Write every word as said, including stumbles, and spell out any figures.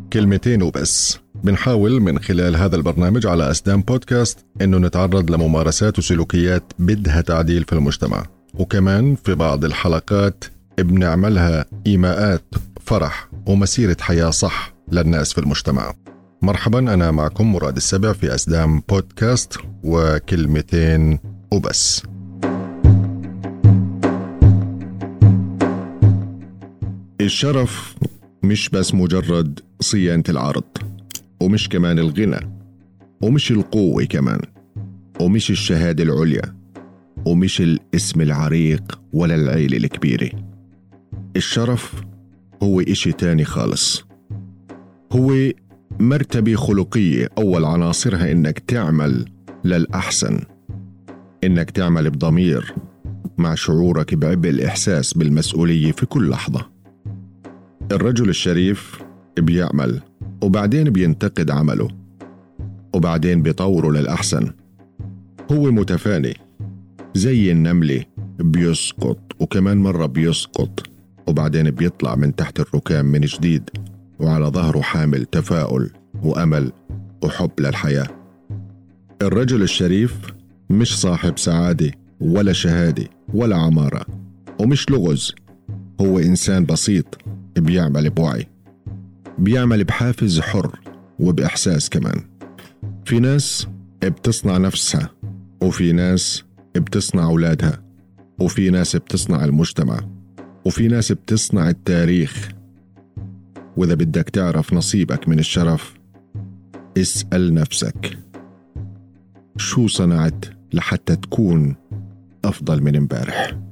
كلمتين وبس. بنحاول من خلال هذا البرنامج على أسدام بودكاست إنه نتعرض لممارسات وسلوكيات بدها تعديل في المجتمع، وكمان في بعض الحلقات بنعملها إيماءات فرح ومسيرة حياة صح للناس في المجتمع. مرحبا، أنا معكم مراد السبع في أسدام بودكاست وكلمتين وبس. الشرف مش بس مجرد صيانة العرض، ومش كمان الغنى، ومش القوة كمان، ومش الشهادة العليا، ومش الاسم العريق ولا العيلة الكبيرة. الشرف هو إشي تاني خالص. هو مرتبة خلقية أول عناصرها إنك تعمل للأحسن، إنك تعمل بضمير مع شعورك بعبء الإحساس بالمسؤولية في كل لحظة. الرجل الشريف بيعمل وبعدين بينتقد عمله وبعدين بيطوره للأحسن. هو متفاني زي النملة، بيسقط وكمان مرة بيسقط وبعدين بيطلع من تحت الركام من جديد، وعلى ظهره حامل تفاؤل وأمل وحب للحياة. الرجل الشريف مش صاحب سعادة ولا شهادة ولا عمارة ومش لغز. هو إنسان بسيط بيعمل بوعي، بيعمل بحافز حر وبإحساس كمان. في ناس بتصنع نفسها، وفي ناس بتصنع أولادها، وفي ناس بتصنع المجتمع، وفي ناس بتصنع التاريخ. وإذا بدك تعرف نصيبك من الشرف، اسأل نفسك شو صنعت لحتى تكون أفضل من امبارح.